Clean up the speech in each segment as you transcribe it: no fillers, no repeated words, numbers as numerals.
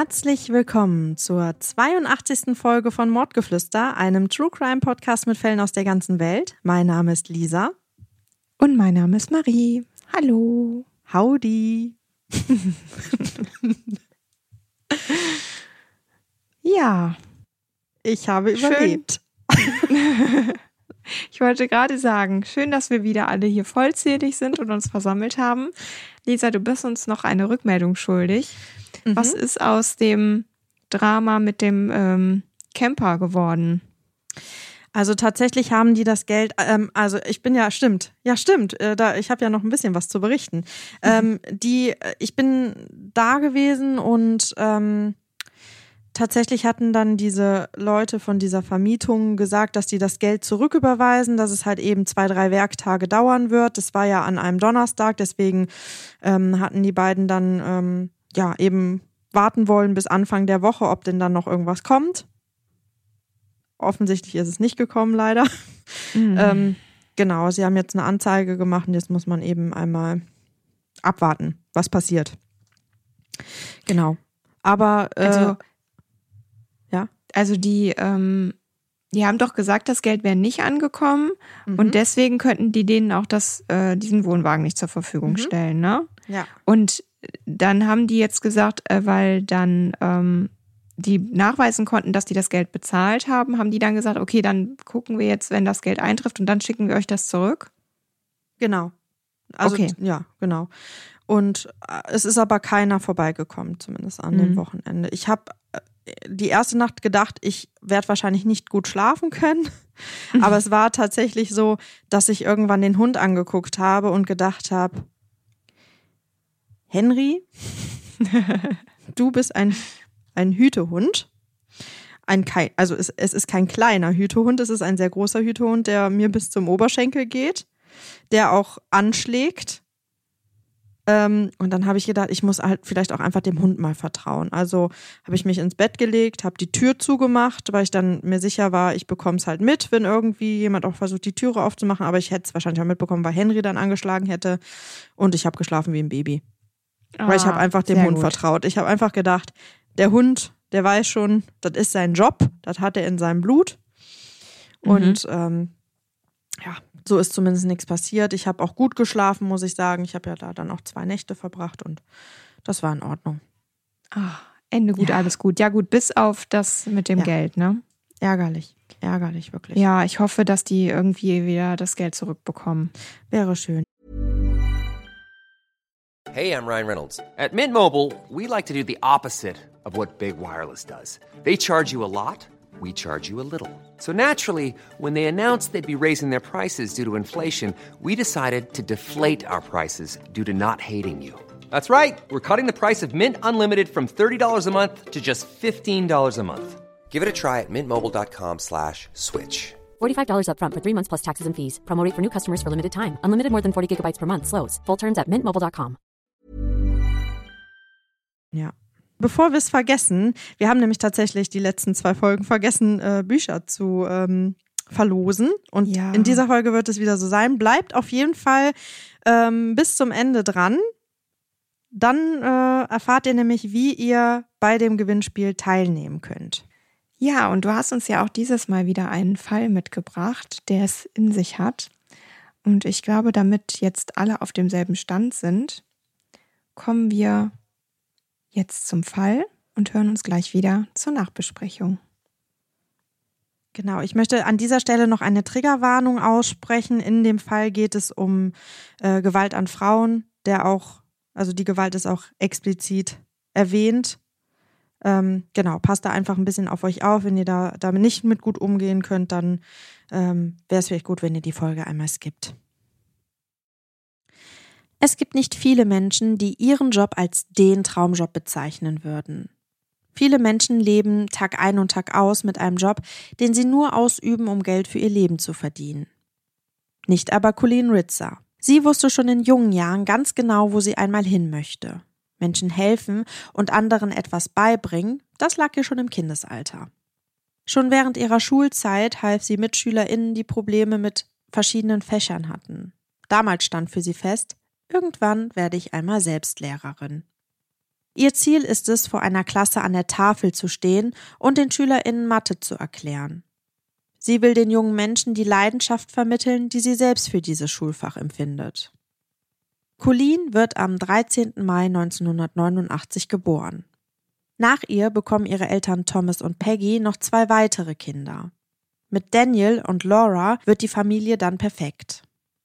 Herzlich willkommen zur 82. Folge von Mordgeflüster, einem True Crime Podcast mit Fällen aus der ganzen Welt. Mein Name ist Lisa. Und mein Name ist Marie. Hallo. Howdy. Ja. Ich habe überlebt. Ich wollte gerade sagen, schön, dass wir wieder alle hier vollzählig sind und uns versammelt haben. Lisa, du bist uns noch eine Rückmeldung schuldig. Was ist aus dem Drama mit dem Camper geworden? Also tatsächlich haben die das Geld, ich bin ja, stimmt. Ja, stimmt. Ich habe ja noch ein bisschen was zu berichten. Ich bin da gewesen und tatsächlich hatten dann diese Leute von dieser Vermietung gesagt, dass die das Geld zurücküberweisen, dass es halt eben 2-3 Werktage dauern wird. Das war ja an einem Donnerstag, deswegen hatten die beiden dann eben warten wollen bis Anfang der Woche, ob denn dann noch irgendwas kommt. Offensichtlich ist es nicht gekommen, leider. Genau, sie haben jetzt eine Anzeige gemacht und jetzt muss man eben einmal abwarten, was passiert. Genau. Aber Also die haben doch gesagt, das Geld wäre nicht angekommen und deswegen könnten die denen auch diesen Wohnwagen nicht zur Verfügung stellen, ne? Ja. Und dann haben die jetzt gesagt, weil dann die nachweisen konnten, dass die das Geld bezahlt haben die dann gesagt, okay, dann gucken wir jetzt, wenn das Geld eintrifft und dann schicken wir euch das zurück? Genau. Also, okay. Ja, genau. Und es ist aber keiner vorbeigekommen, zumindest an dem Wochenende. Ich habe die erste Nacht gedacht, ich werde wahrscheinlich nicht gut schlafen können. Aber es war tatsächlich so, dass ich irgendwann den Hund angeguckt habe und gedacht habe, Henry, du bist ein Hütehund. Es ist kein kleiner Hütehund, es ist ein sehr großer Hütehund, der mir bis zum Oberschenkel geht, der auch anschlägt. Und dann habe ich gedacht, ich muss halt vielleicht auch einfach dem Hund mal vertrauen. Also habe ich mich ins Bett gelegt, habe die Tür zugemacht, weil ich dann mir sicher war, ich bekomme es halt mit, wenn irgendwie jemand auch versucht, die Türe aufzumachen. Aber ich hätte es wahrscheinlich auch mitbekommen, weil Henry dann angeschlagen hätte. Und ich habe geschlafen wie ein Baby. Weil ich habe einfach dem Hund vertraut. Ich habe einfach gedacht, der Hund, der weiß schon, das ist sein Job, das hat er in seinem Blut. Und so ist zumindest nichts passiert. Ich habe auch gut geschlafen, muss ich sagen. Ich habe ja da dann auch 2 Nächte verbracht und das war in Ordnung. Ende gut, alles gut. Ja gut, bis auf das mit dem Geld, ne? Ärgerlich, wirklich. Ja, ich hoffe, dass die irgendwie wieder das Geld zurückbekommen. Wäre schön. Hey, I'm Ryan Reynolds. At Mint Mobile, we like to do the opposite of what Big Wireless does. They charge you a lot, we charge you a little. So naturally, when they announced they'd be raising their prices due to inflation, we decided to deflate our prices due to not hating you. That's right. We're cutting the price of Mint Unlimited from $30 a month to just $15 a month. Give it a try at mintmobile.com/switch. $45 up front for 3 months plus taxes and fees. Promo rate for new customers for limited time. Unlimited more than 40 gigabytes per month. Slows full terms at mintmobile.com. Ja. Bevor wir es vergessen, wir haben nämlich tatsächlich die letzten 2 Folgen vergessen, Bücher zu verlosen. Und in dieser Folge wird es wieder so sein. Bleibt auf jeden Fall bis zum Ende dran. Dann erfahrt ihr nämlich, wie ihr bei dem Gewinnspiel teilnehmen könnt. Ja, und du hast uns ja auch dieses Mal wieder einen Fall mitgebracht, der es in sich hat. Und ich glaube, damit jetzt alle auf demselben Stand sind, kommen wir jetzt zum Fall und hören uns gleich wieder zur Nachbesprechung. Genau, ich möchte an dieser Stelle noch eine Triggerwarnung aussprechen. In dem Fall geht es um Gewalt an Frauen, die Gewalt ist auch explizit erwähnt. Genau, passt da einfach ein bisschen auf euch auf. Wenn ihr damit nicht mit gut umgehen könnt, dann wäre es vielleicht gut, wenn ihr die Folge einmal skippt. Es gibt nicht viele Menschen, die ihren Job als den Traumjob bezeichnen würden. Viele Menschen leben Tag ein und Tag aus mit einem Job, den sie nur ausüben, um Geld für ihr Leben zu verdienen. Nicht aber Colleen Ritzer. Sie wusste schon in jungen Jahren ganz genau, wo sie einmal hin möchte. Menschen helfen und anderen etwas beibringen, das lag ihr schon im Kindesalter. Schon während ihrer Schulzeit half sie MitschülerInnen, die Probleme mit verschiedenen Fächern hatten. Damals stand für sie fest, irgendwann werde ich einmal selbst Lehrerin. Ihr Ziel ist es, vor einer Klasse an der Tafel zu stehen und den SchülerInnen Mathe zu erklären. Sie will den jungen Menschen die Leidenschaft vermitteln, die sie selbst für dieses Schulfach empfindet. Colleen wird am 13. Mai 1989 geboren. Nach ihr bekommen ihre Eltern Thomas und Peggy noch 2 weitere Kinder. Mit Daniel und Laura wird die Familie dann perfekt.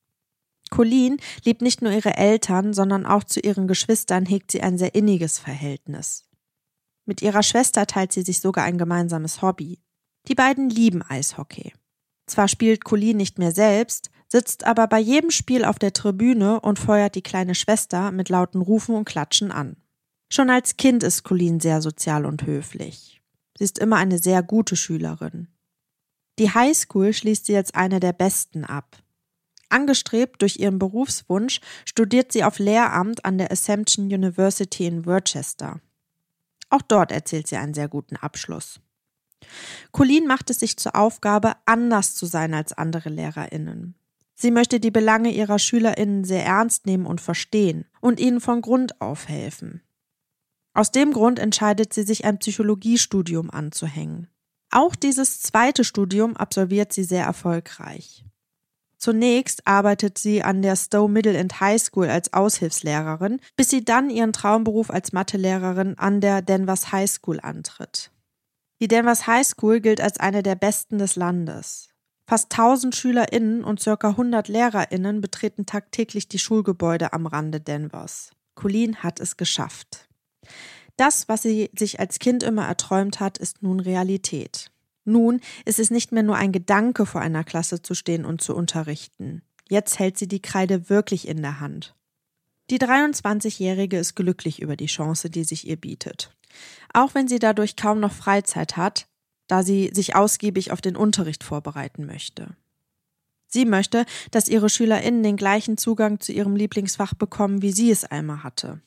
Colleen liebt nicht nur ihre Eltern, sondern auch zu ihren Geschwistern hegt sie ein sehr inniges Verhältnis. Mit ihrer Schwester teilt sie sich sogar ein gemeinsames Hobby. Die beiden lieben Eishockey. Zwar spielt Colleen nicht mehr selbst, sitzt aber bei jedem Spiel auf der Tribüne und feuert die kleine Schwester mit lauten Rufen und Klatschen an. Schon als Kind ist Colleen sehr sozial und höflich. Sie ist immer eine sehr gute Schülerin. Die Highschool schließt sie als eine der besten ab. Angestrebt durch ihren Berufswunsch studiert sie auf Lehramt an der Assumption University in Worcester. Auch dort erzielt sie einen sehr guten Abschluss. Colleen macht es sich zur Aufgabe, anders zu sein als andere LehrerInnen. Sie möchte die Belange ihrer SchülerInnen sehr ernst nehmen und verstehen und ihnen von Grund auf helfen. Aus dem Grund entscheidet sie sich, ein Psychologiestudium anzuhängen. Auch dieses zweite Studium absolviert sie sehr erfolgreich. Zunächst arbeitet sie an der Stowe Middle and High School als Aushilfslehrerin, bis sie dann ihren Traumberuf als Mathelehrerin an der Danvers High School antritt. Die Danvers High School gilt als eine der besten des Landes. Fast 1000 SchülerInnen und ca. 100 LehrerInnen betreten tagtäglich die Schulgebäude am Rande Danvers. Colleen hat es geschafft. Das, was sie sich als Kind immer erträumt hat, ist nun Realität. Nun ist es nicht mehr nur ein Gedanke, vor einer Klasse zu stehen und zu unterrichten. Jetzt hält sie die Kreide wirklich in der Hand. Die 23-Jährige ist glücklich über die Chance, die sich ihr bietet. Auch wenn sie dadurch kaum noch Freizeit hat, da sie sich ausgiebig auf den Unterricht vorbereiten möchte. Sie möchte, dass ihre SchülerInnen den gleichen Zugang zu ihrem Lieblingsfach bekommen, wie sie es einmal hatte.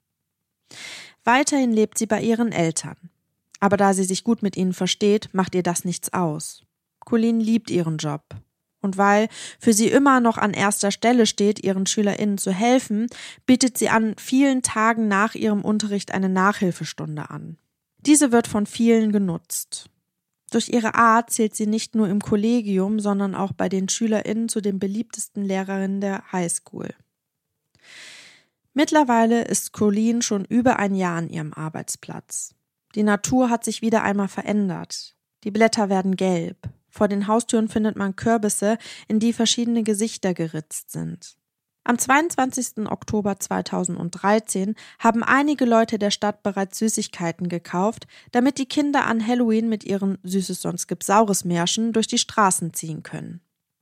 Weiterhin lebt sie bei ihren Eltern. Aber da sie sich gut mit ihnen versteht, macht ihr das nichts aus. Colleen liebt ihren Job. Und weil für sie immer noch an erster Stelle steht, ihren SchülerInnen zu helfen, bietet sie an vielen Tagen nach ihrem Unterricht eine Nachhilfestunde an. Diese wird von vielen genutzt. Durch ihre Art zählt sie nicht nur im Kollegium, sondern auch bei den SchülerInnen zu den beliebtesten Lehrerinnen der Highschool. Mittlerweile ist Colleen schon über ein Jahr an ihrem Arbeitsplatz. Die Natur hat sich wieder einmal verändert. Die Blätter werden gelb. Vor den Haustüren findet man Kürbisse, in die verschiedene Gesichter geritzt sind. Am 22. Oktober 2013 haben einige Leute der Stadt bereits Süßigkeiten gekauft, damit die Kinder an Halloween mit ihren Süßes sonst gibt's Saures Märschen durch die Straßen ziehen können.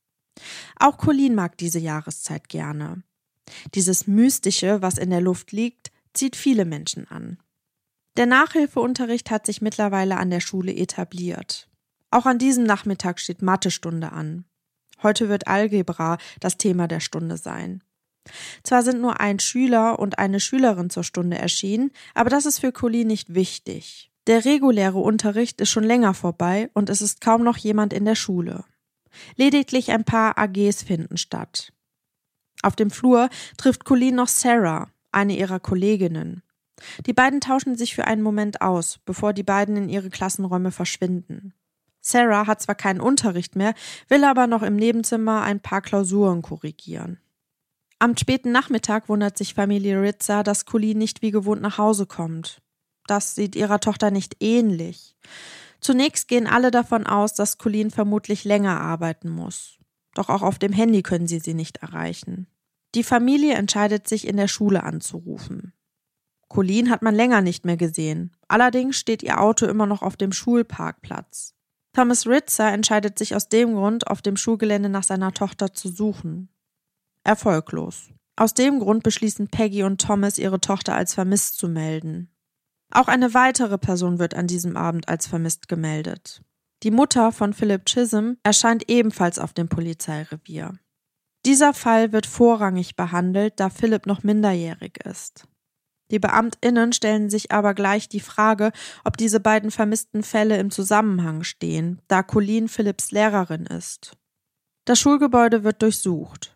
Auch Colleen mag diese Jahreszeit gerne. Dieses Mystische, was in der Luft liegt, zieht viele Menschen an. Der Nachhilfeunterricht hat sich mittlerweile an der Schule etabliert. Auch an diesem Nachmittag steht Mathestunde an. Heute wird Algebra das Thema der Stunde sein. Zwar sind nur ein Schüler und eine Schülerin zur Stunde erschienen, aber das ist für Colleen nicht wichtig. Der reguläre Unterricht ist schon länger vorbei und es ist kaum noch jemand in der Schule. Lediglich ein paar AGs finden statt. Auf dem Flur trifft Colleen noch Sarah, eine ihrer Kolleginnen. Die beiden tauschen sich für einen Moment aus, bevor die beiden in ihre Klassenräume verschwinden. Sarah hat zwar keinen Unterricht mehr, will aber noch im Nebenzimmer ein paar Klausuren korrigieren. Am späten Nachmittag wundert sich Familie Ritzer, dass Colleen nicht wie gewohnt nach Hause kommt. Das sieht ihrer Tochter nicht ähnlich. Zunächst gehen alle davon aus, dass Colleen vermutlich länger arbeiten muss. Doch auch auf dem Handy können sie nicht erreichen. Die Familie entscheidet sich, in der Schule anzurufen. Colleen hat man länger nicht mehr gesehen. Allerdings steht ihr Auto immer noch auf dem Schulparkplatz. Thomas Ritzer entscheidet sich aus dem Grund, auf dem Schulgelände nach seiner Tochter zu suchen. Erfolglos. Aus dem Grund beschließen Peggy und Thomas, ihre Tochter als vermisst zu melden. Auch eine weitere Person wird an diesem Abend als vermisst gemeldet. Die Mutter von Philip Chisholm erscheint ebenfalls auf dem Polizeirevier. Dieser Fall wird vorrangig behandelt, da Philip noch minderjährig ist. Die BeamtInnen stellen sich aber gleich die Frage, ob diese beiden vermissten Fälle im Zusammenhang stehen, da Colleen Philips Lehrerin ist. Das Schulgebäude wird durchsucht.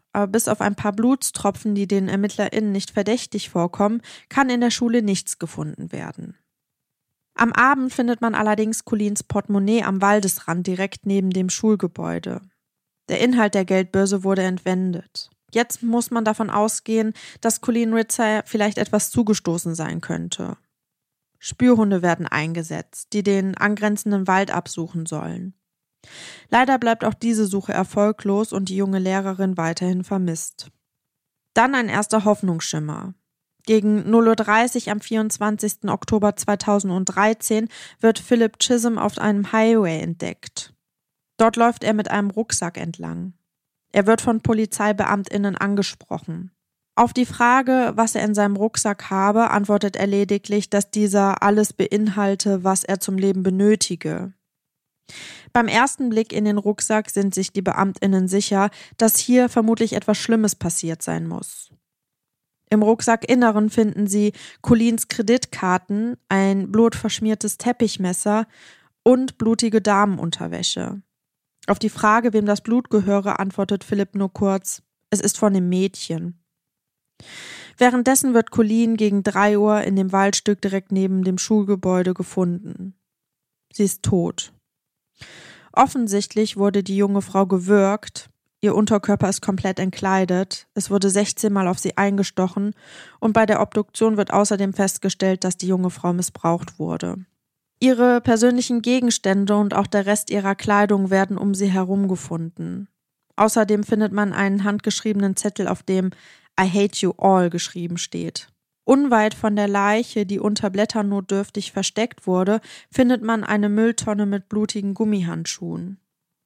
aber bis auf ein paar Blutstropfen, die den ErmittlerInnen nicht verdächtig vorkommen, kann in der Schule nichts gefunden werden. Am Abend findet man allerdings Colleens Portemonnaie am Waldesrand direkt neben dem Schulgebäude. Der Inhalt der Geldbörse wurde entwendet. Jetzt muss man davon ausgehen, dass Colleen Ritzer vielleicht etwas zugestoßen sein könnte. Spürhunde werden eingesetzt, die den angrenzenden Wald absuchen sollen. Leider bleibt auch diese Suche erfolglos und die junge Lehrerin weiterhin vermisst. Dann ein erster Hoffnungsschimmer. Gegen 0:30 Uhr am 24. Oktober 2013 wird Philip Chisholm auf einem Highway entdeckt. Dort läuft er mit einem Rucksack entlang. Er wird von PolizeibeamtInnen angesprochen. Auf die Frage, was er in seinem Rucksack habe, antwortet er lediglich, dass dieser alles beinhalte, was er zum Leben benötige. Beim ersten Blick in den Rucksack sind sich die BeamtInnen sicher, dass hier vermutlich etwas Schlimmes passiert sein muss. Im Rucksackinneren finden sie Colleens Kreditkarten, ein blutverschmiertes Teppichmesser und blutige Damenunterwäsche. Auf die Frage, wem das Blut gehöre, antwortet Philip nur kurz: Es ist von dem Mädchen. Währenddessen wird Colleen gegen 3 Uhr in dem Waldstück direkt neben dem Schulgebäude gefunden. Sie ist tot. Offensichtlich wurde die junge Frau gewürgt, ihr Unterkörper ist komplett entkleidet, es wurde 16 Mal auf sie eingestochen und bei der Obduktion wird außerdem festgestellt, dass die junge Frau missbraucht wurde. Ihre persönlichen Gegenstände und auch der Rest ihrer Kleidung werden um sie herum gefunden. Außerdem findet man einen handgeschriebenen Zettel, auf dem I hate you all geschrieben steht. Unweit von der Leiche, die unter Blättern notdürftig versteckt wurde, findet man eine Mülltonne mit blutigen Gummihandschuhen.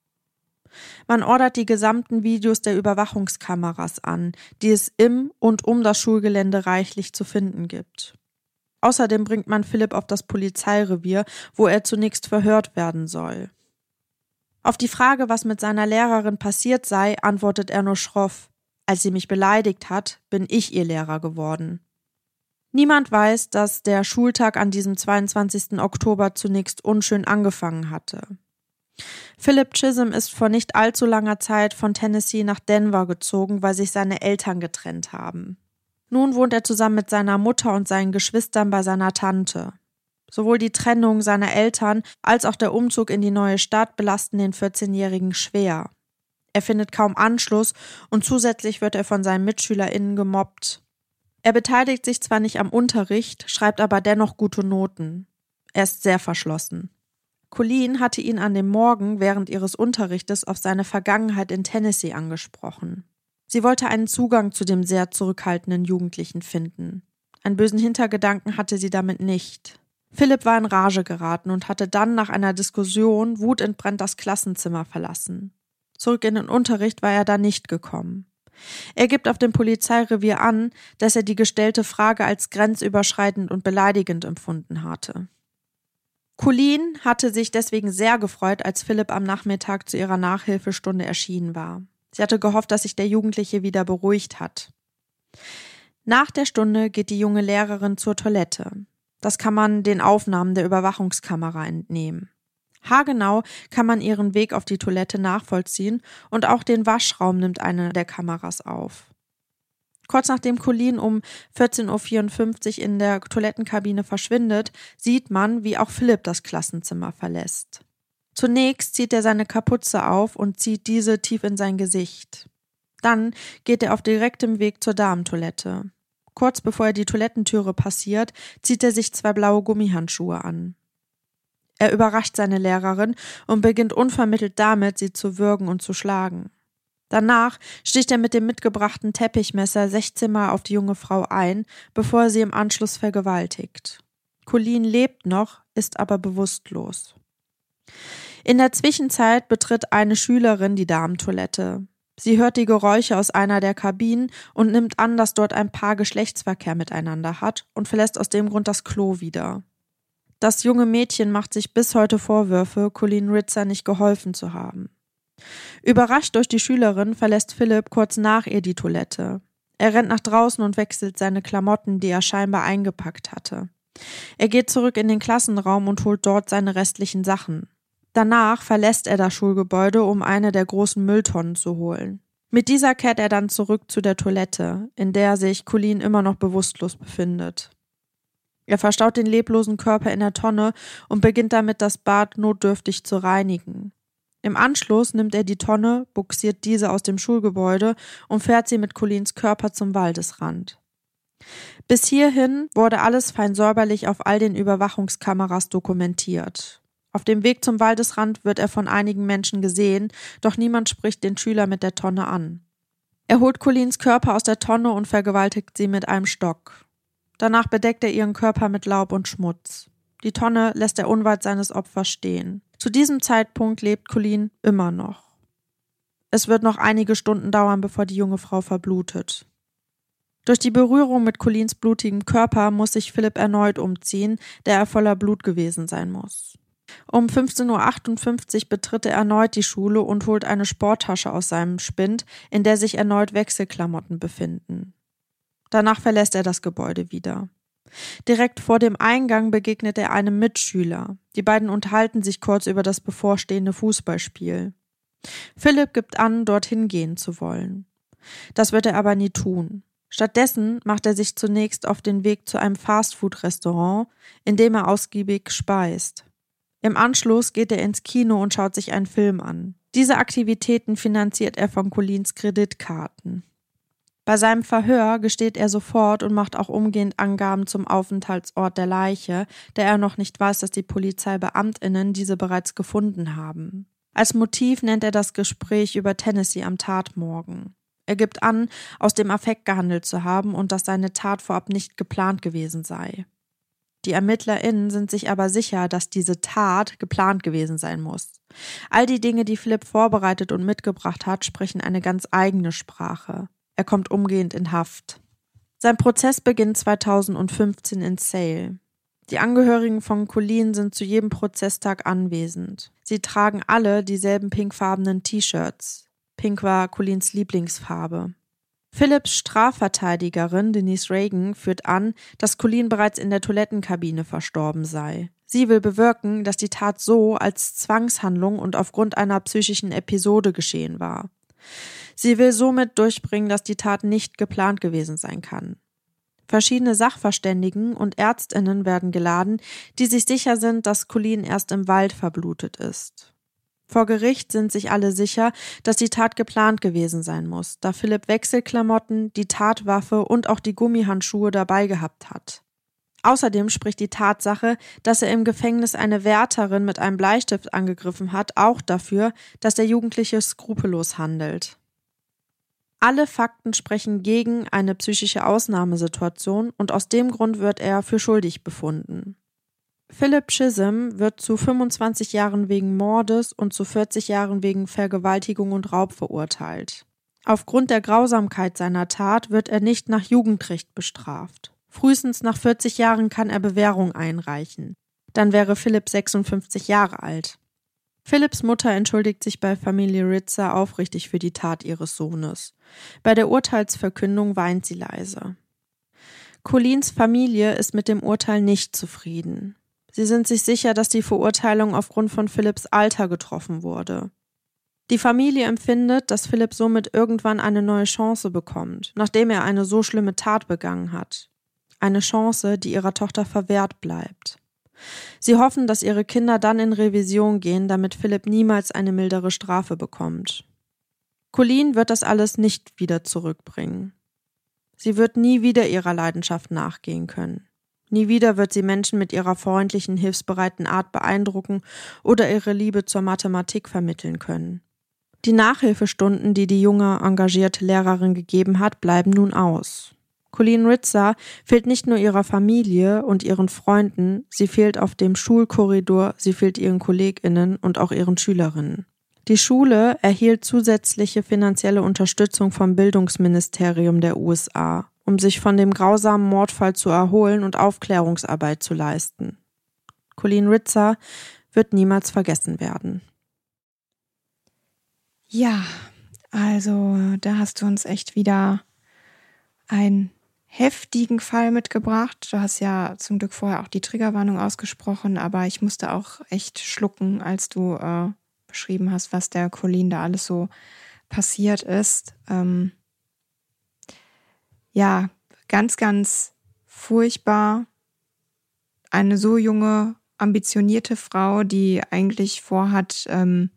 Man ordert die gesamten Videos der Überwachungskameras an, die es im und um das Schulgelände reichlich zu finden gibt. Außerdem bringt man Philipp auf das Polizeirevier, wo er zunächst verhört werden soll. Auf die Frage, was mit seiner Lehrerin passiert sei, antwortet er nur schroff: Als sie mich beleidigt hat, bin ich ihr Lehrer geworden. Niemand weiß, dass der Schultag an diesem 22. Oktober zunächst unschön angefangen hatte. Philip Chisholm ist vor nicht allzu langer Zeit von Tennessee nach Denver gezogen, weil sich seine Eltern getrennt haben. Nun wohnt er zusammen mit seiner Mutter und seinen Geschwistern bei seiner Tante. Sowohl die Trennung seiner Eltern als auch der Umzug in die neue Stadt belasten den 14-Jährigen schwer. Er findet kaum Anschluss und zusätzlich wird er von seinen MitschülerInnen gemobbt. Er beteiligt sich zwar nicht am Unterricht, schreibt aber dennoch gute Noten. Er ist sehr verschlossen. Colleen hatte ihn an dem Morgen während ihres Unterrichtes auf seine Vergangenheit in Tennessee angesprochen. Sie wollte einen Zugang zu dem sehr zurückhaltenden Jugendlichen finden. Einen bösen Hintergedanken hatte sie damit nicht. Philipp war in Rage geraten und hatte dann nach einer Diskussion wutentbrannt das Klassenzimmer verlassen. Zurück in den Unterricht war er dann nicht gekommen. Er gibt auf dem Polizeirevier an, dass er die gestellte Frage als grenzüberschreitend und beleidigend empfunden hatte. Colleen hatte sich deswegen sehr gefreut, als Philipp am Nachmittag zu ihrer Nachhilfestunde erschienen war. Sie hatte gehofft, dass sich der Jugendliche wieder beruhigt hat. Nach der Stunde geht die junge Lehrerin zur Toilette. Das kann man den Aufnahmen der Überwachungskamera entnehmen. Haargenau kann man ihren Weg auf die Toilette nachvollziehen und auch den Waschraum nimmt eine der Kameras auf. Kurz nachdem Colleen um 14:54 Uhr in der Toilettenkabine verschwindet, sieht man, wie auch Philipp das Klassenzimmer verlässt. Zunächst zieht er seine Kapuze auf und zieht diese tief in sein Gesicht. Dann geht er auf direktem Weg zur Damentoilette. Kurz bevor er die Toilettentüre passiert, zieht er sich 2 blaue Gummihandschuhe an. Er überrascht seine Lehrerin und beginnt unvermittelt damit, sie zu würgen und zu schlagen. Danach sticht er mit dem mitgebrachten Teppichmesser 16 Mal auf die junge Frau ein, bevor er sie im Anschluss vergewaltigt. Colleen lebt noch, ist aber bewusstlos. In der Zwischenzeit betritt eine Schülerin die Damentoilette. Sie hört die Geräusche aus einer der Kabinen und nimmt an, dass dort ein Paar Geschlechtsverkehr miteinander hat und verlässt aus dem Grund das Klo wieder. Das junge Mädchen macht sich bis heute Vorwürfe, Colleen Ritzer nicht geholfen zu haben. Überrascht durch die Schülerin verlässt Philipp kurz nach ihr die Toilette. Er rennt nach draußen und wechselt seine Klamotten, die er scheinbar eingepackt hatte. Er geht zurück in den Klassenraum und holt dort seine restlichen Sachen. Danach verlässt er das Schulgebäude, um eine der großen Mülltonnen zu holen. Mit dieser kehrt er dann zurück zu der Toilette, in der sich Colleen immer noch bewusstlos befindet. Er verstaut den leblosen Körper in der Tonne und beginnt damit, das Bad notdürftig zu reinigen. Im Anschluss nimmt er die Tonne, bugsiert diese aus dem Schulgebäude und fährt sie mit Colleens Körper zum Waldesrand. Bis hierhin wurde alles fein säuberlich auf all den Überwachungskameras dokumentiert. Auf dem Weg zum Waldesrand wird er von einigen Menschen gesehen, doch niemand spricht den Schüler mit der Tonne an. Er holt Colleens Körper aus der Tonne und vergewaltigt sie mit einem Stock. Danach bedeckt er ihren Körper mit Laub und Schmutz. Die Tonne lässt er unweit seines Opfers stehen. Zu diesem Zeitpunkt lebt Colleen immer noch. Es wird noch einige Stunden dauern, bevor die junge Frau verblutet. Durch die Berührung mit Colleens blutigem Körper muss sich Philipp erneut umziehen, da er voller Blut gewesen sein muss. Um 15:58 Uhr betritt er erneut die Schule und holt eine Sporttasche aus seinem Spind, in der sich erneut Wechselklamotten befinden. Danach verlässt er das Gebäude wieder. Direkt vor dem Eingang begegnet er einem Mitschüler. Die beiden unterhalten sich kurz über das bevorstehende Fußballspiel. Philipp gibt an, dorthin gehen zu wollen. Das wird er aber nie tun. Stattdessen macht er sich zunächst auf den Weg zu einem Fastfood-Restaurant, in dem er ausgiebig speist. Im Anschluss geht er ins Kino und schaut sich einen Film an. Diese Aktivitäten finanziert er von Colleens Kreditkarten. Bei seinem Verhör gesteht er sofort und macht auch umgehend Angaben zum Aufenthaltsort der Leiche, da er noch nicht weiß, dass die PolizeibeamtInnen diese bereits gefunden haben. Als Motiv nennt er das Gespräch über Tennessee am Tatmorgen. Er gibt an, aus dem Affekt gehandelt zu haben und dass seine Tat vorab nicht geplant gewesen sei. Die ErmittlerInnen sind sich aber sicher, dass diese Tat geplant gewesen sein muss. All die Dinge, die Philipp vorbereitet und mitgebracht hat, sprechen eine ganz eigene Sprache. Er kommt umgehend in Haft. Sein Prozess beginnt 2015 in Sale. Die Angehörigen von Colleen sind zu jedem Prozesstag anwesend. Sie tragen alle dieselben pinkfarbenen T-Shirts. Pink war Colleens Lieblingsfarbe. Philipps Strafverteidigerin Denise Reagan führt an, dass Colleen bereits in der Toilettenkabine verstorben sei. Sie will bewirken, dass die Tat so als Zwangshandlung und aufgrund einer psychischen Episode geschehen war. Sie will somit durchbringen, dass die Tat nicht geplant gewesen sein kann. Verschiedene Sachverständigen und ÄrztInnen werden geladen, die sich sicher sind, dass Colleen erst im Wald verblutet ist. Vor Gericht sind sich alle sicher, dass die Tat geplant gewesen sein muss, da Philipp Wechselklamotten, die Tatwaffe und auch die Gummihandschuhe dabei gehabt hat. Außerdem spricht die Tatsache, dass er im Gefängnis eine Wärterin mit einem Bleistift angegriffen hat, auch dafür, dass der Jugendliche skrupellos handelt. Alle Fakten sprechen gegen eine psychische Ausnahmesituation und aus dem Grund wird er für schuldig befunden. Philip Chisholm wird zu 25 Jahren wegen Mordes und zu 40 Jahren wegen Vergewaltigung und Raub verurteilt. Aufgrund der Grausamkeit seiner Tat wird er nicht nach Jugendrecht bestraft. Frühestens nach 40 Jahren kann er Bewährung einreichen. Dann wäre Philipp 56 Jahre alt. Philipps Mutter entschuldigt sich bei Familie Ritzer aufrichtig für die Tat ihres Sohnes. Bei der Urteilsverkündung weint sie leise. Colleens Familie ist mit dem Urteil nicht zufrieden. Sie sind sich sicher, dass die Verurteilung aufgrund von Philipps Alter getroffen wurde. Die Familie empfindet, dass Philipp somit irgendwann eine neue Chance bekommt, nachdem er eine so schlimme Tat begangen hat. Eine Chance, die ihrer Tochter verwehrt bleibt. Sie hoffen, dass ihre Kinder dann in Revision gehen, damit Philipp niemals eine mildere Strafe bekommt. Colleen wird das alles nicht wieder zurückbringen. Sie wird nie wieder ihrer Leidenschaft nachgehen können. Nie wieder wird sie Menschen mit ihrer freundlichen, hilfsbereiten Art beeindrucken oder ihre Liebe zur Mathematik vermitteln können. Die Nachhilfestunden, die die junge, engagierte Lehrerin gegeben hat, bleiben nun aus. Colleen Ritzer fehlt nicht nur ihrer Familie und ihren Freunden, sie fehlt auf dem Schulkorridor, sie fehlt ihren KollegInnen und auch ihren Schülerinnen. Die Schule erhielt zusätzliche finanzielle Unterstützung vom Bildungsministerium der USA, um sich von dem grausamen Mordfall zu erholen und Aufklärungsarbeit zu leisten. Colleen Ritzer wird niemals vergessen werden. Ja, also da hast du uns echt wieder einen heftigen Fall mitgebracht. Du hast ja zum Glück vorher auch die Triggerwarnung ausgesprochen, aber ich musste auch echt schlucken, als du beschrieben hast, was der Colleen da alles so passiert ist. Ja, ganz, ganz furchtbar. Eine so junge, ambitionierte Frau, die eigentlich vorhat,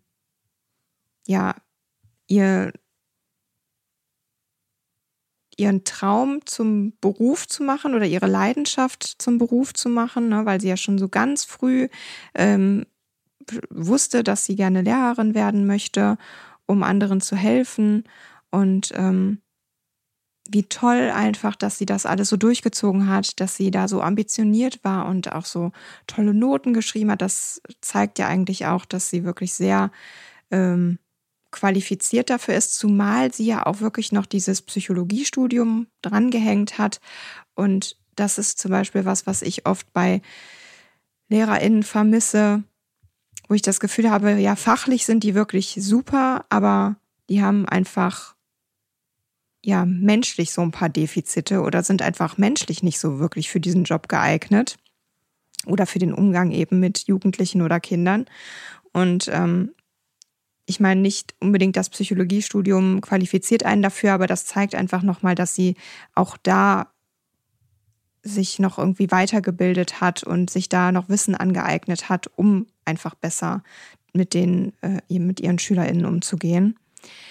ihren Traum zum Beruf zu machen oder ihre Leidenschaft zum Beruf zu machen, ne, weil sie ja schon so ganz früh wusste, dass sie gerne Lehrerin werden möchte, um anderen zu helfen. Und wie toll einfach, dass sie das alles so durchgezogen hat, dass sie da so ambitioniert war und auch so tolle Noten geschrieben hat. Das zeigt ja eigentlich auch, dass sie wirklich sehr qualifiziert dafür ist, zumal sie ja auch wirklich noch dieses Psychologiestudium drangehängt hat. Und das ist zum Beispiel was ich oft bei LehrerInnen vermisse, wo ich das Gefühl habe, ja, fachlich sind die wirklich super, aber die haben einfach ja menschlich so ein paar Defizite oder sind einfach menschlich nicht so wirklich für diesen Job geeignet oder für den Umgang eben mit Jugendlichen oder Kindern. Und ich meine, nicht unbedingt das Psychologiestudium qualifiziert einen dafür, aber das zeigt einfach nochmal, dass sie auch da sich noch irgendwie weitergebildet hat und sich da noch Wissen angeeignet hat, um einfach besser mit ihren SchülerInnen umzugehen.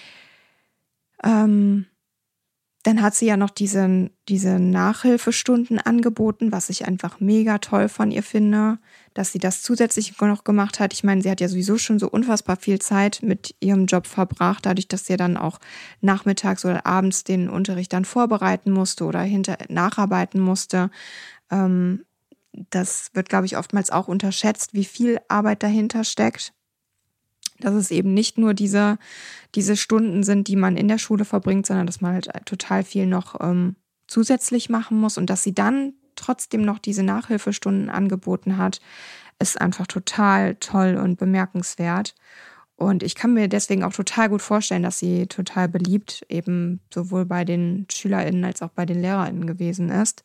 Dann hat sie ja noch diese Nachhilfestunden angeboten, was ich einfach mega toll von ihr finde, dass sie das zusätzlich noch gemacht hat. Ich meine, sie hat ja sowieso schon so unfassbar viel Zeit mit ihrem Job verbracht, dadurch, dass sie dann auch nachmittags oder abends den Unterricht dann vorbereiten musste oder nacharbeiten musste. Das wird, glaube ich, oftmals auch unterschätzt, wie viel Arbeit dahinter steckt. Dass es eben nicht nur diese Stunden sind, die man in der Schule verbringt, sondern dass man halt total viel noch zusätzlich machen muss. Und dass sie dann trotzdem noch diese Nachhilfestunden angeboten hat, ist einfach total toll und bemerkenswert. Und ich kann mir deswegen auch total gut vorstellen, dass sie total beliebt eben sowohl bei den SchülerInnen als auch bei den LehrerInnen gewesen ist.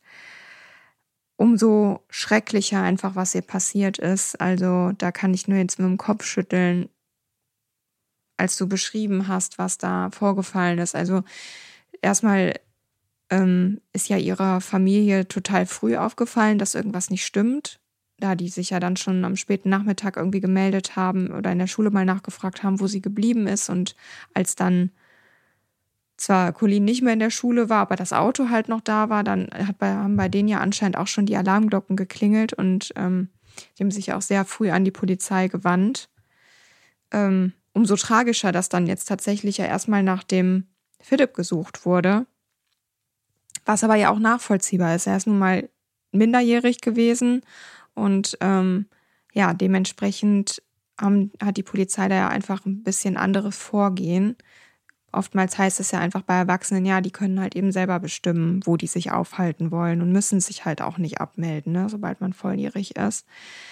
Umso schrecklicher einfach, was ihr passiert ist. Also da kann ich nur jetzt mit dem Kopf schütteln, als du beschrieben hast, was da vorgefallen ist. Also erstmal ist ja ihrer Familie total früh aufgefallen, dass irgendwas nicht stimmt, da die sich ja dann schon am späten Nachmittag irgendwie gemeldet haben oder in der Schule mal nachgefragt haben, wo sie geblieben ist. Und als dann zwar Colleen nicht mehr in der Schule war, aber das Auto halt noch da war, dann haben bei denen ja anscheinend auch schon die Alarmglocken geklingelt und die haben sich auch sehr früh an die Polizei gewandt. Umso tragischer, dass dann jetzt tatsächlich ja erstmal nach dem Philipp gesucht wurde. Was aber ja auch nachvollziehbar ist. Er ist nun mal minderjährig gewesen und dementsprechend hat die Polizei da ja einfach ein bisschen anderes Vorgehen. Oftmals heißt es ja einfach bei Erwachsenen, ja, die können halt eben selber bestimmen, wo die sich aufhalten wollen und müssen sich halt auch nicht abmelden, ne, sobald man volljährig ist.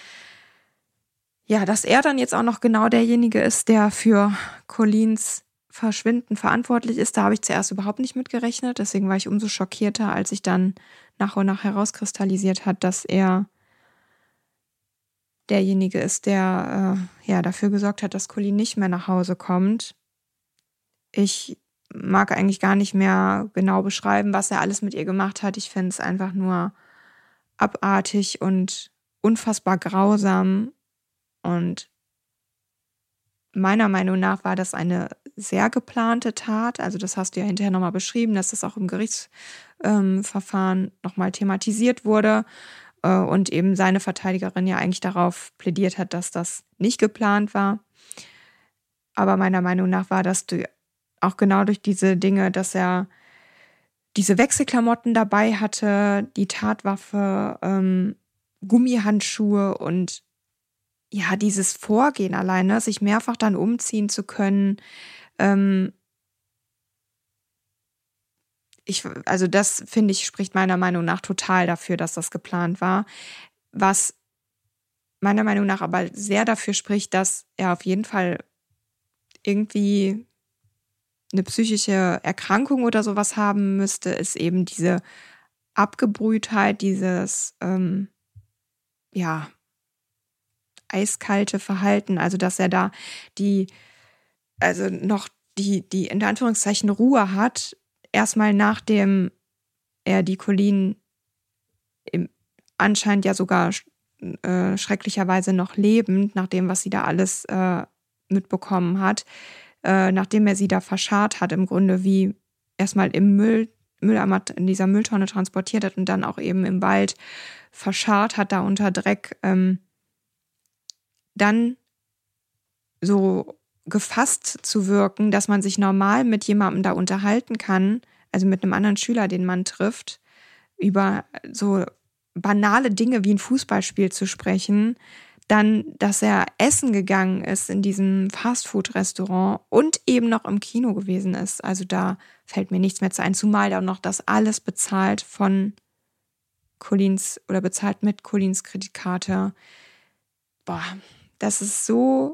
Ja, dass er dann jetzt auch noch genau derjenige ist, der für Colleens Verschwinden verantwortlich ist, da habe ich zuerst überhaupt nicht mit gerechnet. Deswegen war ich umso schockierter, als sich dann nach und nach herauskristallisiert hat, dass er derjenige ist, der dafür gesorgt hat, dass Colleen nicht mehr nach Hause kommt. Ich mag eigentlich gar nicht mehr genau beschreiben, was er alles mit ihr gemacht hat. Ich finde es einfach nur abartig und unfassbar grausam. Und meiner Meinung nach war das eine sehr geplante Tat. Also das hast du ja hinterher nochmal beschrieben, dass das auch im Gerichtsverfahren nochmal thematisiert wurde und eben seine Verteidigerin ja eigentlich darauf plädiert hat, dass das nicht geplant war. Aber meiner Meinung nach war das auch genau durch diese Dinge, dass er diese Wechselklamotten dabei hatte, die Tatwaffe, Gummihandschuhe und ja, dieses Vorgehen alleine, sich mehrfach dann umziehen zu können. Also das, finde ich, spricht meiner Meinung nach total dafür, dass das geplant war. Was meiner Meinung nach aber sehr dafür spricht, dass er auf jeden Fall irgendwie eine psychische Erkrankung oder sowas haben müsste, ist eben diese Abgebrühtheit, dieses eiskalte Verhalten, also dass er da noch die in Anführungszeichen Ruhe hat, erstmal nachdem er die Colleen anscheinend ja sogar schrecklicherweise noch lebend, nach dem, was sie da alles mitbekommen hat, nachdem er sie da verscharrt hat, im Grunde wie erstmal im Mülleimer in dieser Mülltonne transportiert hat und dann auch eben im Wald verscharrt hat, da unter Dreck, dann so gefasst zu wirken, dass man sich normal mit jemandem da unterhalten kann, also mit einem anderen Schüler, den man trifft, über so banale Dinge wie ein Fußballspiel zu sprechen, dann, dass er essen gegangen ist in diesem Fastfood-Restaurant und eben noch im Kino gewesen ist. Also da fällt mir nichts mehr zu ein, zumal da noch das alles bezahlt von Colleens oder bezahlt mit Colleens Kreditkarte. Boah, das ist so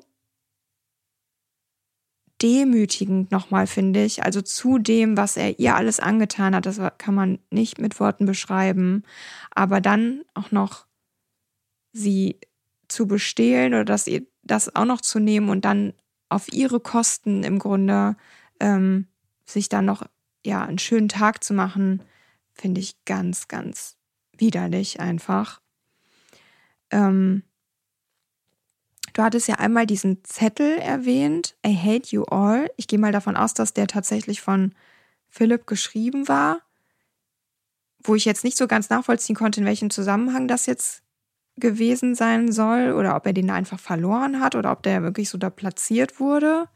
demütigend nochmal, finde ich. Also zu dem, was er ihr alles angetan hat, das kann man nicht mit Worten beschreiben. Aber dann auch noch sie zu bestehlen oder das auch noch zu nehmen und dann auf ihre Kosten im Grunde sich dann noch einen schönen Tag zu machen, finde ich ganz, ganz widerlich einfach. Du hattest ja einmal diesen Zettel erwähnt, I hate you all. Ich gehe mal davon aus, dass der tatsächlich von Philipp geschrieben war, wo ich jetzt nicht so ganz nachvollziehen konnte, in welchem Zusammenhang das jetzt gewesen sein soll oder ob er den einfach verloren hat oder ob der wirklich so da platziert wurde.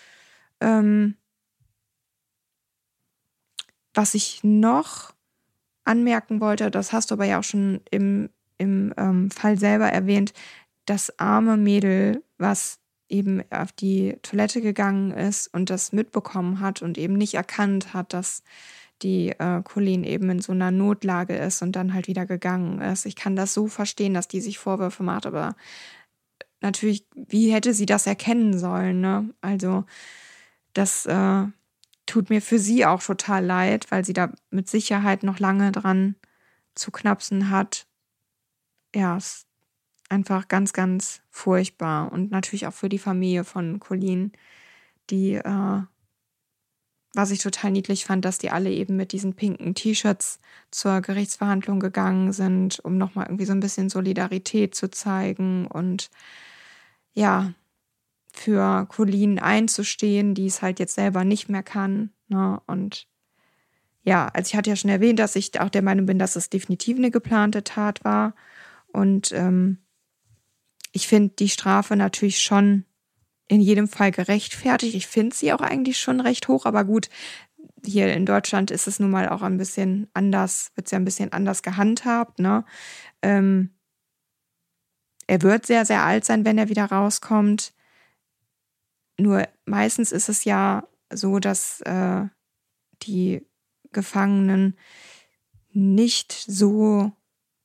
Was ich noch anmerken wollte, das hast du aber ja auch schon im Fall selber erwähnt, das arme Mädel, was eben auf die Toilette gegangen ist und das mitbekommen hat und eben nicht erkannt hat, dass die Colleen eben in so einer Notlage ist und dann halt wieder gegangen ist. Ich kann das so verstehen, dass die sich Vorwürfe macht, aber natürlich, wie hätte sie das erkennen sollen, ne? Also das tut mir für sie auch total leid, weil sie da mit Sicherheit noch lange dran zu knapsen hat. Ja, ist einfach ganz, ganz furchtbar und natürlich auch für die Familie von Colleen, die was ich total niedlich fand, dass die alle eben mit diesen pinken T-Shirts zur Gerichtsverhandlung gegangen sind, um nochmal irgendwie so ein bisschen Solidarität zu zeigen und ja, für Colleen einzustehen, die es halt jetzt selber nicht mehr kann. Ne? Und ja, also ich hatte ja schon erwähnt, dass ich auch der Meinung bin, dass es definitiv eine geplante Tat war. Und ich finde die Strafe natürlich schon in jedem Fall gerechtfertigt. Ich finde sie auch eigentlich schon recht hoch, aber gut, hier in Deutschland ist es nun mal auch ein bisschen anders, wird es ja ein bisschen anders gehandhabt, ne? Er wird sehr, sehr alt sein, wenn er wieder rauskommt. Nur meistens ist es ja so, dass die Gefangenen nicht so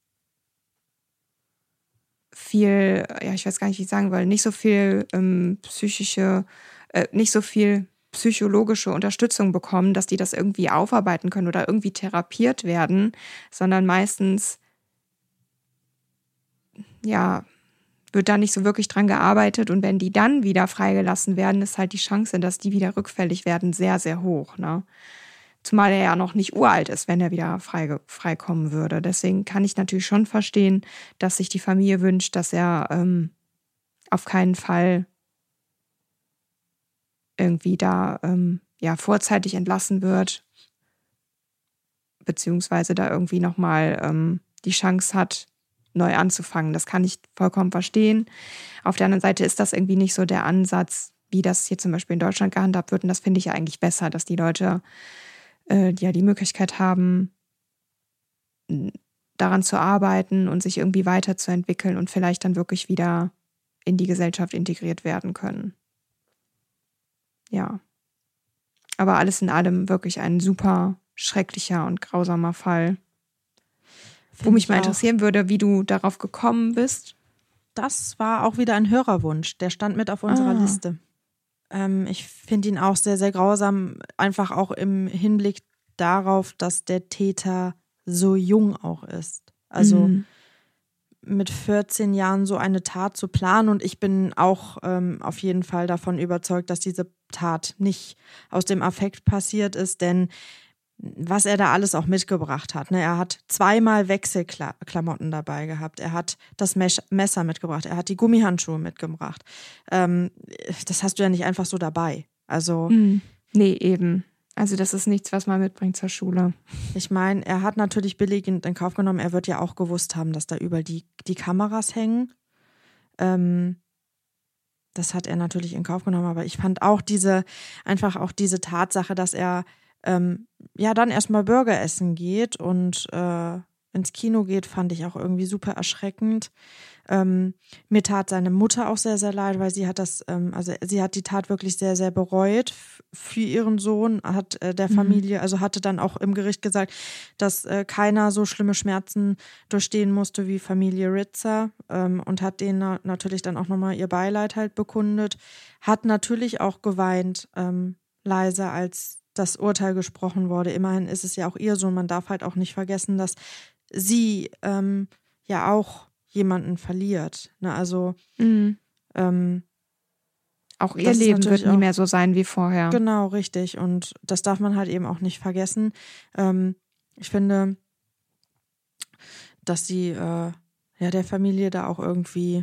viel, ja, ich weiß gar nicht, wie ich sagen will, nicht so viel nicht so viel psychologische Unterstützung bekommen, dass die das irgendwie aufarbeiten können oder irgendwie therapiert werden, sondern meistens, ja, wird da nicht so wirklich dran gearbeitet und wenn die dann wieder freigelassen werden, ist halt die Chance, dass die wieder rückfällig werden, sehr, sehr hoch, ne? Zumal er ja noch nicht uralt ist, wenn er wieder freikommen würde. Deswegen kann ich natürlich schon verstehen, dass sich die Familie wünscht, dass er auf keinen Fall irgendwie da vorzeitig entlassen wird, beziehungsweise da irgendwie nochmal die Chance hat, neu anzufangen. Das kann ich vollkommen verstehen. Auf der anderen Seite ist das irgendwie nicht so der Ansatz, wie das hier zum Beispiel in Deutschland gehandhabt wird. Und das finde ich ja eigentlich besser, dass die Leute die Möglichkeit haben, daran zu arbeiten und sich irgendwie weiterzuentwickeln und vielleicht dann wirklich wieder in die Gesellschaft integriert werden können. Ja. Aber alles in allem wirklich ein super schrecklicher und grausamer Fall. Wo mich mal interessieren würde, wie du darauf gekommen bist. Das war auch wieder ein Hörerwunsch. Der stand mit auf unserer Liste. Ich finde ihn auch sehr, sehr grausam, einfach auch im Hinblick darauf, dass der Täter so jung auch ist. Also mit 14 Jahren so eine Tat zu planen. Und ich bin auch auf jeden Fall davon überzeugt, dass diese Tat nicht aus dem Affekt passiert ist, denn was er da alles auch mitgebracht hat. Ne? Er hat 2-mal Wechselklamotten dabei gehabt. Er hat das Messer mitgebracht. Er hat die Gummihandschuhe mitgebracht. Das hast du ja nicht einfach so dabei. Also Nee, eben. Also das ist nichts, was man mitbringt zur Schule. ich meine, er hat natürlich billigend in Kauf genommen. Er wird ja auch gewusst haben, dass da überall die Kameras hängen. Das hat er natürlich in Kauf genommen. Aber ich fand auch diese Tatsache, dass er dann erstmal Burger essen geht und ins Kino geht, fand ich auch irgendwie super erschreckend. Mir tat seine Mutter auch sehr, sehr leid, weil sie hat sie hat die Tat wirklich sehr, sehr bereut für ihren Sohn, hat der Familie, also hatte dann auch im Gericht gesagt, dass keiner so schlimme Schmerzen durchstehen musste wie Familie Ritzer, und hat denen natürlich dann auch nochmal ihr Beileid halt bekundet, hat natürlich auch geweint, leise, als das Urteil gesprochen wurde. Immerhin ist es ja auch ihr Sohn. Man darf halt auch nicht vergessen, dass sie ja auch jemanden verliert. Ne? Also auch ihr Leben wird nie mehr so sein wie vorher. Genau, richtig. Und das darf man halt eben auch nicht vergessen. Ich finde, dass sie der Familie da auch irgendwie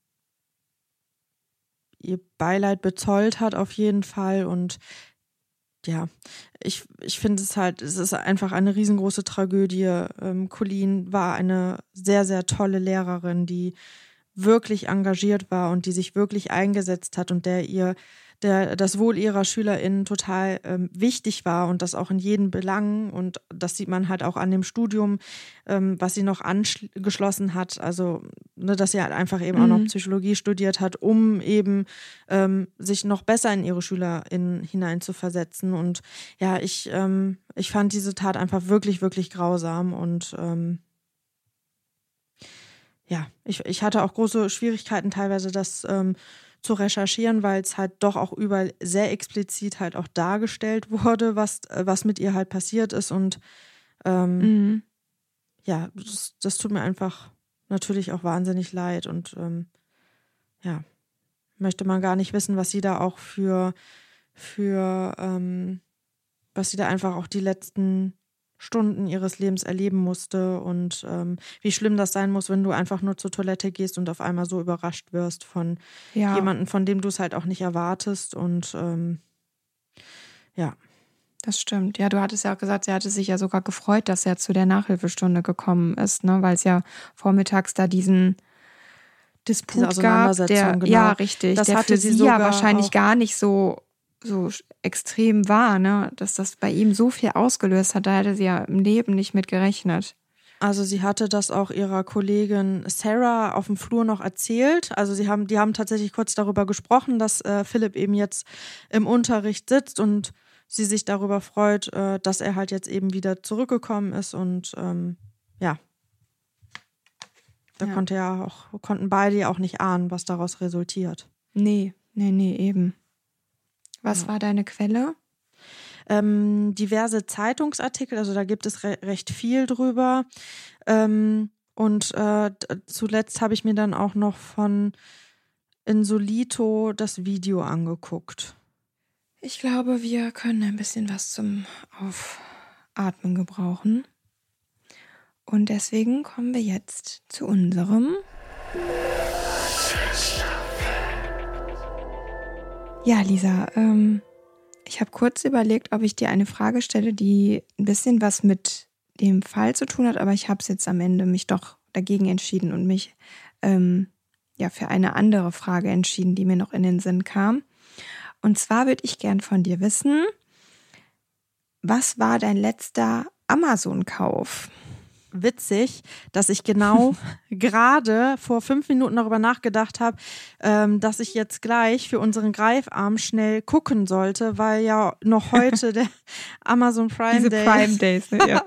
ihr Beileid bezollt hat auf jeden Fall. Und ja, ich finde es ist einfach eine riesengroße Tragödie. Colleen war eine sehr, sehr tolle Lehrerin, die wirklich engagiert war und die sich wirklich eingesetzt hat und das Wohl ihrer SchülerInnen total wichtig war und das auch in jedem Belang, und das sieht man halt auch an dem Studium, was sie noch angeschlossen hat, also dass sie halt einfach eben auch noch Psychologie studiert hat, um eben sich noch besser in ihre SchülerInnen hineinzuversetzen. Und ja, ich fand diese Tat einfach wirklich, wirklich grausam und ich hatte auch große Schwierigkeiten teilweise, das zu recherchieren, weil es halt doch auch überall sehr explizit halt auch dargestellt wurde, was mit ihr halt passiert ist. Und das tut mir einfach natürlich auch wahnsinnig leid. Und möchte man gar nicht wissen, was sie da auch was sie da einfach auch die letzten Stunden ihres Lebens erleben musste und wie schlimm das sein muss, wenn du einfach nur zur Toilette gehst und auf einmal so überrascht wirst von jemandem, von dem du es halt auch nicht erwartest. Und Das stimmt. Ja, du hattest ja auch gesagt, sie hatte sich ja sogar gefreut, dass er zu der Nachhilfestunde gekommen ist, ne? Weil es ja vormittags da diesen Disput gab. Genau. Ja, richtig. Das der hatte für sie sie ja sogar wahrscheinlich auch gar nicht so extrem war, ne? Dass das bei ihm so viel ausgelöst hat. Da hätte sie ja im Leben nicht mit gerechnet. Also sie hatte das auch ihrer Kollegin Sarah auf dem Flur noch erzählt. Also die haben tatsächlich kurz darüber gesprochen, dass Philipp eben jetzt im Unterricht sitzt und sie sich darüber freut, dass er halt jetzt eben wieder zurückgekommen ist. Und konnten beide ja auch nicht ahnen, was daraus resultiert. Nee, eben. Was war deine Quelle? Diverse Zeitungsartikel, also da gibt es recht viel drüber. Zuletzt habe ich mir dann auch noch von Insolito das Video angeguckt. Ich glaube, wir können ein bisschen was zum Aufatmen gebrauchen. Und deswegen kommen wir jetzt zu unserem... Ja, Lisa, ich habe kurz überlegt, ob ich dir eine Frage stelle, die ein bisschen was mit dem Fall zu tun hat, aber ich habe es jetzt am Ende mich doch dagegen entschieden und mich für eine andere Frage entschieden, die mir noch in den Sinn kam. Und zwar würde ich gern von dir wissen, was war dein letzter Amazon-Kauf? Witzig, dass ich genau gerade vor 5 Minuten darüber nachgedacht habe, dass ich jetzt gleich für unseren Greifarm schnell gucken sollte, weil ja noch heute der Amazon Prime Day. Prime Days, ne? Ja.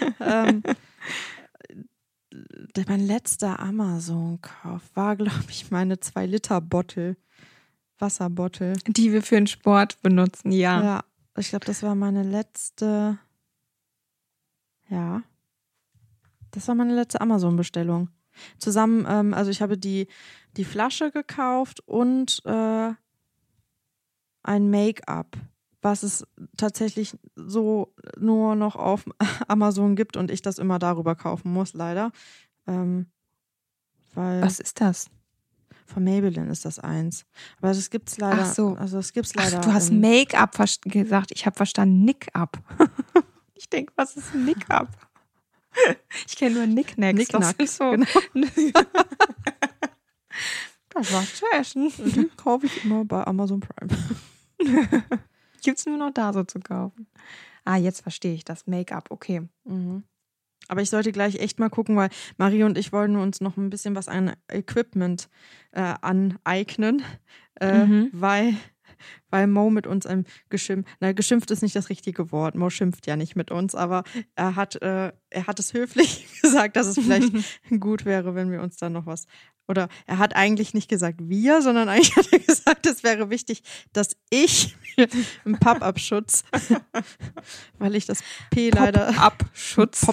Mein letzter Amazon-Kauf war, glaube ich, meine 2-Liter-Bottle, Wasserbottle. Die wir für den Sport benutzen, ja. Ja, ich glaube, das war meine letzte, Das war meine letzte Amazon-Bestellung. Zusammen, also ich habe die Flasche gekauft und ein Make-up, was es tatsächlich so nur noch auf Amazon gibt und ich das immer darüber kaufen muss, leider. Weil Was ist das? von Maybelline ist das eins. Aber das gibt's leider. Ach so. Also das gibt's leider. Ach, du hast Make-up gesagt. Ich habe verstanden Nick-up. Ich denke, was ist ein Nick-up? Ich kenne nur Nicknacks. Nicknack, Das so. genau. Das war Fashion. Die kaufe ich immer bei Amazon Prime. Gibt es nur noch da so zu kaufen. Ah, jetzt verstehe ich das. Make-up, okay. Mhm. Aber ich sollte gleich echt mal gucken, weil Marie und ich wollen uns noch ein bisschen was an Equipment aneignen, weil Mo mit uns geschimpft ist nicht das richtige Wort. Mo schimpft ja nicht mit uns, aber er hat es höflich gesagt, dass es vielleicht gut wäre, wenn wir uns dann noch was. Oder er hat eigentlich nicht gesagt wir, sondern eigentlich hat er gesagt, es wäre wichtig, dass ich einen Pop-Up-Schutz, weil ich das P leider. Pop-Up-Schutz.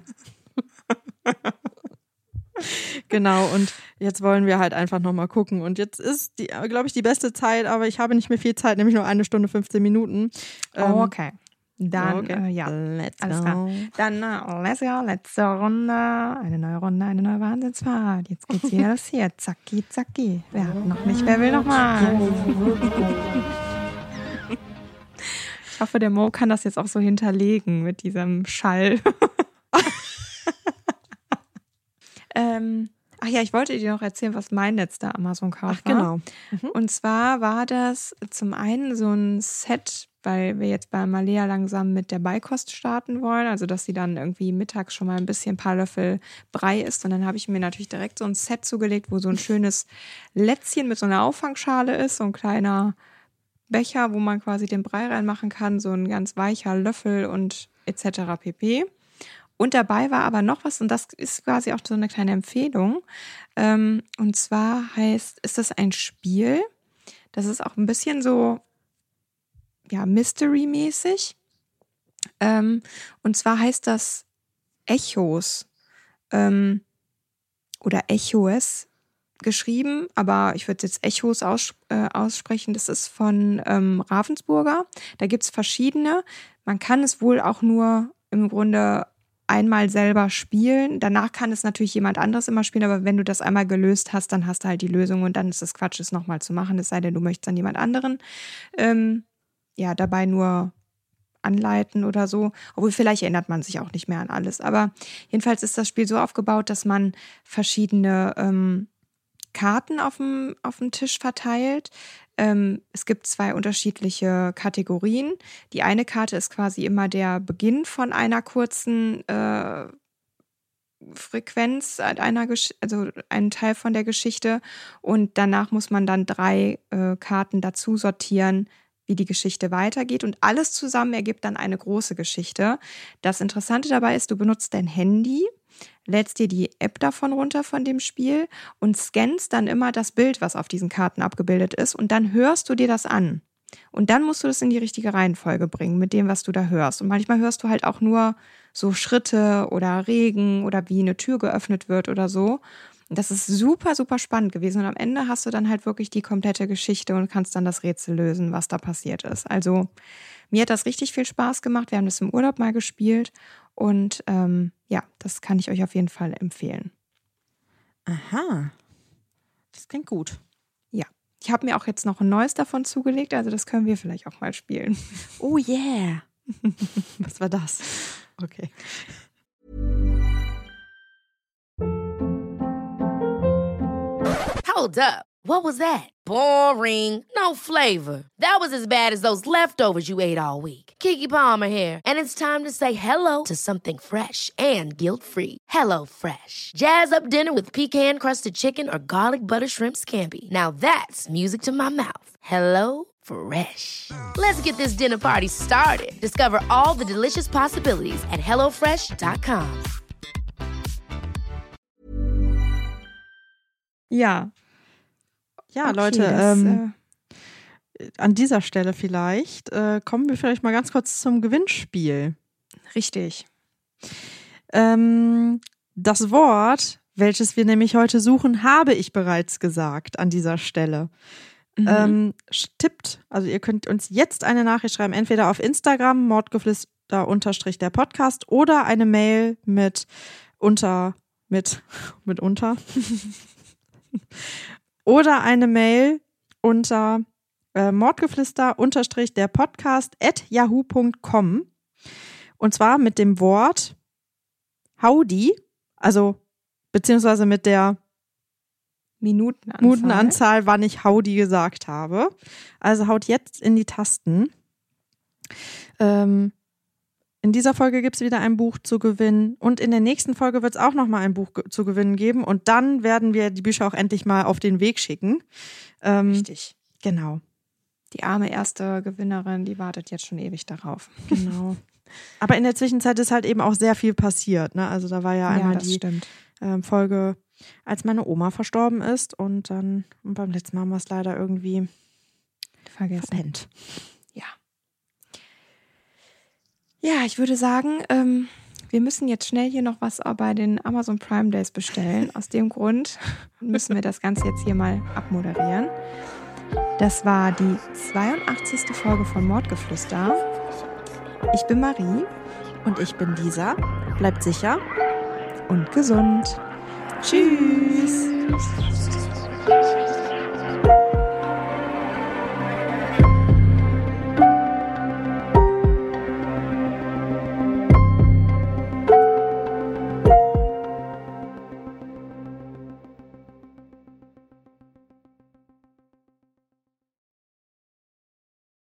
Genau, und jetzt wollen wir halt einfach nochmal gucken. Und jetzt ist, glaube ich, die beste Zeit, aber ich habe nicht mehr viel Zeit, nämlich nur 1 Stunde 15 Minuten. Okay. Dann, ja, Let's alles go. klar. Dann, let's go, letzte Runde. Eine neue Runde, eine neue Wahnsinnsfahrt. Jetzt geht's wieder los hier. Zacki, zacki. Wer hat noch nicht, wer will noch mal? Ich hoffe, der Mo kann das jetzt auch so hinterlegen mit diesem Schall. Ach ja, ich wollte dir noch erzählen, was mein letzter Amazon-Kauf war. Genau. Und zwar war das zum einen so ein Set, weil wir jetzt bei Malea langsam mit der Beikost starten wollen, also dass sie dann irgendwie mittags schon mal ein paar Löffel Brei isst. Und dann habe ich mir natürlich direkt so ein Set zugelegt, wo so ein schönes Lätzchen mit so einer Auffangschale ist, so ein kleiner Becher, wo man quasi den Brei reinmachen kann, so ein ganz weicher Löffel und etc. pp. Und dabei war aber noch was, und das ist quasi auch so eine kleine Empfehlung. Und zwar ist das ein Spiel, das ist auch ein bisschen so, ja, Mystery-mäßig. Und zwar heißt das Echos oder Echos geschrieben, aber ich würde jetzt Echos aussprechen. Das ist von Ravensburger. Da gibt es verschiedene. Man kann es wohl auch nur im Grunde einmal selber spielen. Danach kann es natürlich jemand anderes immer spielen, aber wenn du das einmal gelöst hast, dann hast du halt die Lösung und dann ist es Quatsch, es nochmal zu machen, es sei denn, du möchtest dann jemand anderen dabei nur anleiten oder so. Obwohl, vielleicht erinnert man sich auch nicht mehr an alles. Aber jedenfalls ist das Spiel so aufgebaut, dass man verschiedene Karten auf dem Tisch verteilt. Es gibt 2 unterschiedliche Kategorien. Die eine Karte ist quasi immer der Beginn von einer kurzen Frequenz, also ein Teil von der Geschichte. Und danach muss man dann 3 Karten dazu sortieren, wie die Geschichte weitergeht. Und alles zusammen ergibt dann eine große Geschichte. Das Interessante dabei ist, du benutzt dein Handy, lädst dir die App davon runter von dem Spiel und scannst dann immer das Bild, was auf diesen Karten abgebildet ist, und dann hörst du dir das an. Und dann musst du das in die richtige Reihenfolge bringen mit dem, was du da hörst. Und manchmal hörst du halt auch nur so Schritte oder Regen oder wie eine Tür geöffnet wird oder so. Und das ist super, super spannend gewesen. Und am Ende hast du dann halt wirklich die komplette Geschichte und kannst dann das Rätsel lösen, was da passiert ist. Also mir hat das richtig viel Spaß gemacht. Wir haben das im Urlaub mal gespielt. Und das kann ich euch auf jeden Fall empfehlen. Aha, das klingt gut. Ja, ich habe mir auch jetzt noch ein neues davon zugelegt, also das können wir vielleicht auch mal spielen. Oh yeah. Was war das? Okay. Hold up. What was that? Boring. No flavor. That was as bad as those leftovers you ate all week. Keke Palmer here, and it's time to say hello to something fresh and guilt-free. Hello Fresh. Jazz up dinner with pecan-crusted chicken or garlic butter shrimp scampi. Now that's music to my mouth. Hello Fresh. Let's get this dinner party started. Discover all the delicious possibilities at hellofresh.com. Ja. Ja, Okay, Leute, an dieser Stelle vielleicht kommen wir vielleicht mal ganz kurz zum Gewinnspiel. Richtig. Das Wort welches wir nämlich heute suchen, habe ich bereits gesagt an dieser Stelle. Tippt, also ihr könnt uns jetzt eine Nachricht schreiben, entweder auf Instagram, Mordgeflüster_der Podcast, oder eine Mail mit unter oder eine Mail unter Mordgeflüster_der Podcast @yahoo.com, und zwar mit dem Wort Howdy, also beziehungsweise mit der Minutenanzahl, wann ich Howdy gesagt habe. Also haut jetzt in die Tasten. In dieser Folge gibt es wieder ein Buch zu gewinnen, und in der nächsten Folge wird es auch nochmal ein Buch zu gewinnen geben, und dann werden wir die Bücher auch endlich mal auf den Weg schicken. Richtig. Genau. Die arme erste Gewinnerin, die wartet jetzt schon ewig darauf. Genau. Aber in der Zwischenzeit ist halt eben auch sehr viel passiert, ne? Also da war ja einmal die Folge, als meine Oma verstorben ist, und beim letzten Mal haben wir es leider irgendwie verpennt. Ja. Ja, ich würde sagen, wir müssen jetzt schnell hier noch was bei den Amazon Prime Days bestellen. Aus dem Grund müssen wir das Ganze jetzt hier mal abmoderieren. Das war die 82. Folge von Mordgeflüster. Ich bin Marie. Und ich bin Lisa. Bleibt sicher und gesund. Tschüss.